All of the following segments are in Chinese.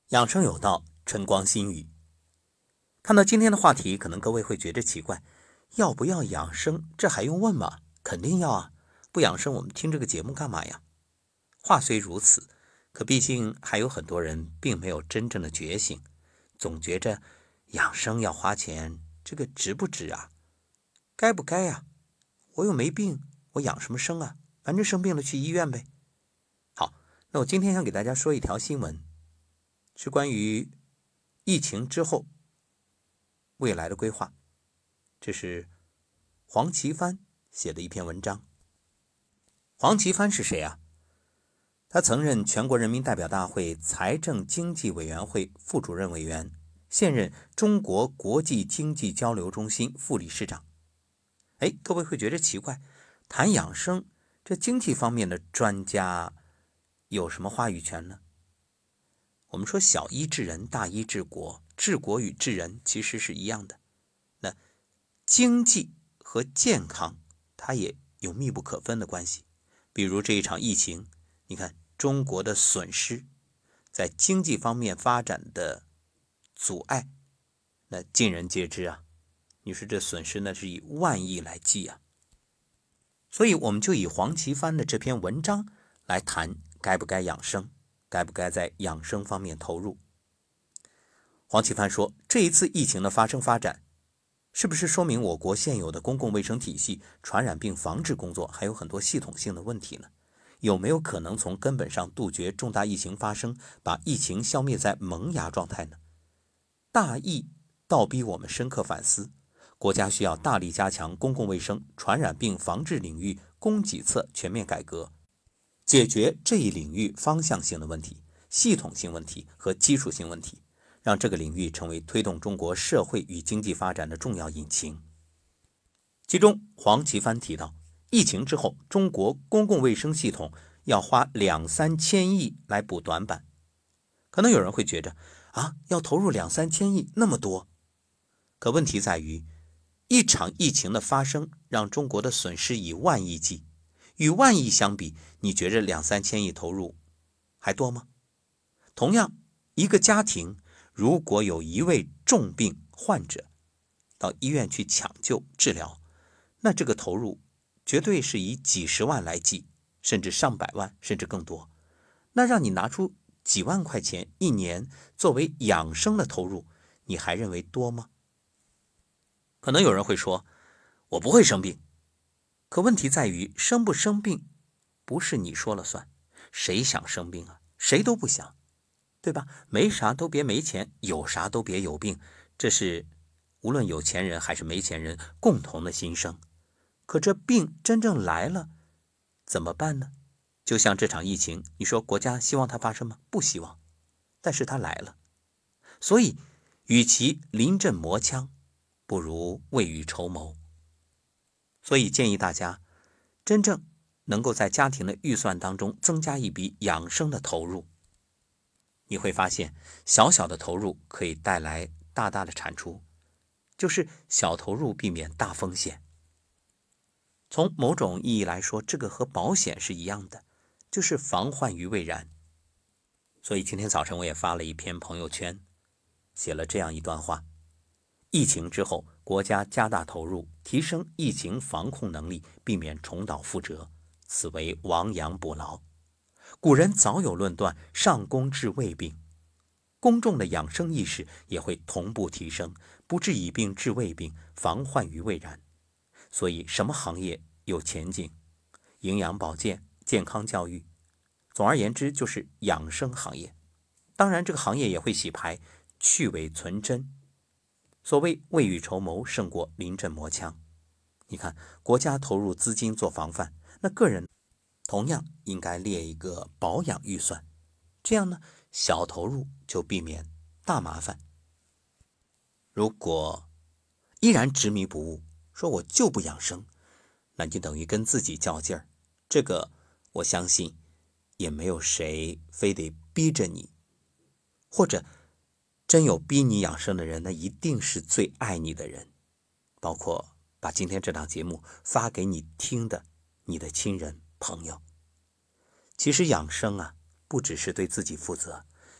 养生有道，晨光新语。看到今天的话题，可能各位会觉得奇怪，要不要养生？这还用问吗？肯定要啊！不养生，我们听这个节目干嘛呀？话虽如此，可毕竟还有很多人并没有真正的觉醒，总觉着养生要花钱，这个值不值啊？该不该啊？我又没病，我养什么生啊？反正生病了去医院呗。好，那我今天想给大家说一条新闻，是关于疫情之后未来的规划。这是黄奇帆写的一篇文章。黄奇帆是谁啊？他曾任全国人民代表大会财政经济委员会副主任委员，现任中国国际经济交流中心副理事长。各位会觉得奇怪，谈养生，这经济方面的专家有什么话语权呢？我们说小医治人，大医治国，治国与治人其实是一样的。那经济和健康它也有密不可分的关系。比如这一场疫情，你看中国的损失，在经济方面发展的阻碍，那尽人皆知啊。你说这损失呢是以万亿来计啊。所以我们就以黄奇帆的这篇文章来谈该不该养生，该不该在养生方面投入。黄奇帆说，这一次疫情的发展，是不是说明我国现有的公共卫生体系传染病防治工作还有很多系统性的问题呢？有没有可能从根本上杜绝重大疫情发生，把疫情消灭在萌芽状态呢？大疫倒逼我们深刻反思，国家需要大力加强公共卫生传染病防治领域供给侧全面改革，解决这一领域方向性的问题、系统性问题和基础性问题，让这个领域成为推动中国社会与经济发展的重要引擎。其中黄奇帆提到，疫情之后中国公共卫生系统要花2-3千亿来补短板。可能有人会觉得要投入2-3千亿那么多，可问题在于一场疫情的发生让中国的损失以万亿计，与万亿相比，你觉着2-3千亿投入还多吗？同样，一个家庭如果有一位重病患者到医院去抢救治疗，那这个投入绝对是以几十万来计，甚至上百万，甚至更多。那让你拿出几万块钱一年作为养生的投入，你还认为多吗？可能有人会说，我不会生病。可问题在于，生不生病不是你说了算，谁想生病啊？谁都不想，对吧？没啥都别没钱，有啥都别有病，这是无论有钱人还是没钱人共同的心声。可这病真正来了怎么办呢？就像这场疫情，你说国家希望它发生吗？不希望，但是它来了。所以与其临阵磨枪，不如未雨绸缪。所以建议大家真正能够在家庭的预算当中增加一笔养生的投入。你会发现小小的投入可以带来大大的产出，就是小投入避免大风险。从某种意义来说，这个和保险是一样的，就是防患于未然。所以今天早晨我也发了一篇朋友圈，写了这样一段话：疫情之后，国家加大投入，提升疫情防控能力，避免重蹈覆辙，此为亡羊补牢。古人早有论断，上工治未病，公众的养生意识也会同步提升，不治已病治未病，防患于未然。所以什么行业有前景？营养保健、健康教育，总而言之就是养生行业。当然这个行业也会洗牌，去伪存真。所谓未雨绸缪胜过临阵磨枪。你看，国家投入资金做防范，那个人同样应该列一个保养预算，这样呢，小投入就避免大麻烦。如果依然执迷不悟，说我就不养生，那就等于跟自己较劲儿。这个我相信也没有谁非得逼着你，或者真有逼你养生的人，那一定是最爱你的人，包括把今天这档节目发给你听的你的亲人朋友。其实养生不只是对自己负责，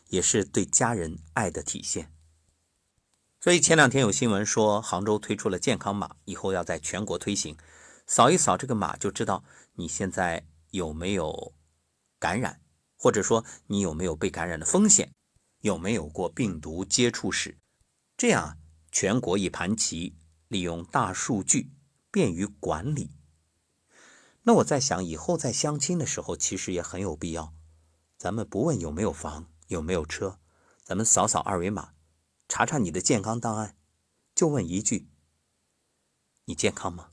也是对家人爱的体现。所以前2天有新闻说，杭州推出了健康码，以后要在全国推行，扫一扫这个码就知道你现在有没有感染，或者说你有没有被感染的风险，有没有过病毒接触史。这样全国一盘棋，利用大数据便于管理。那我在想，以后在相亲的时候其实也很有必要，咱们不问有没有房有没有车，咱们扫扫二维码，查查你的健康档案，就问一句：你健康吗？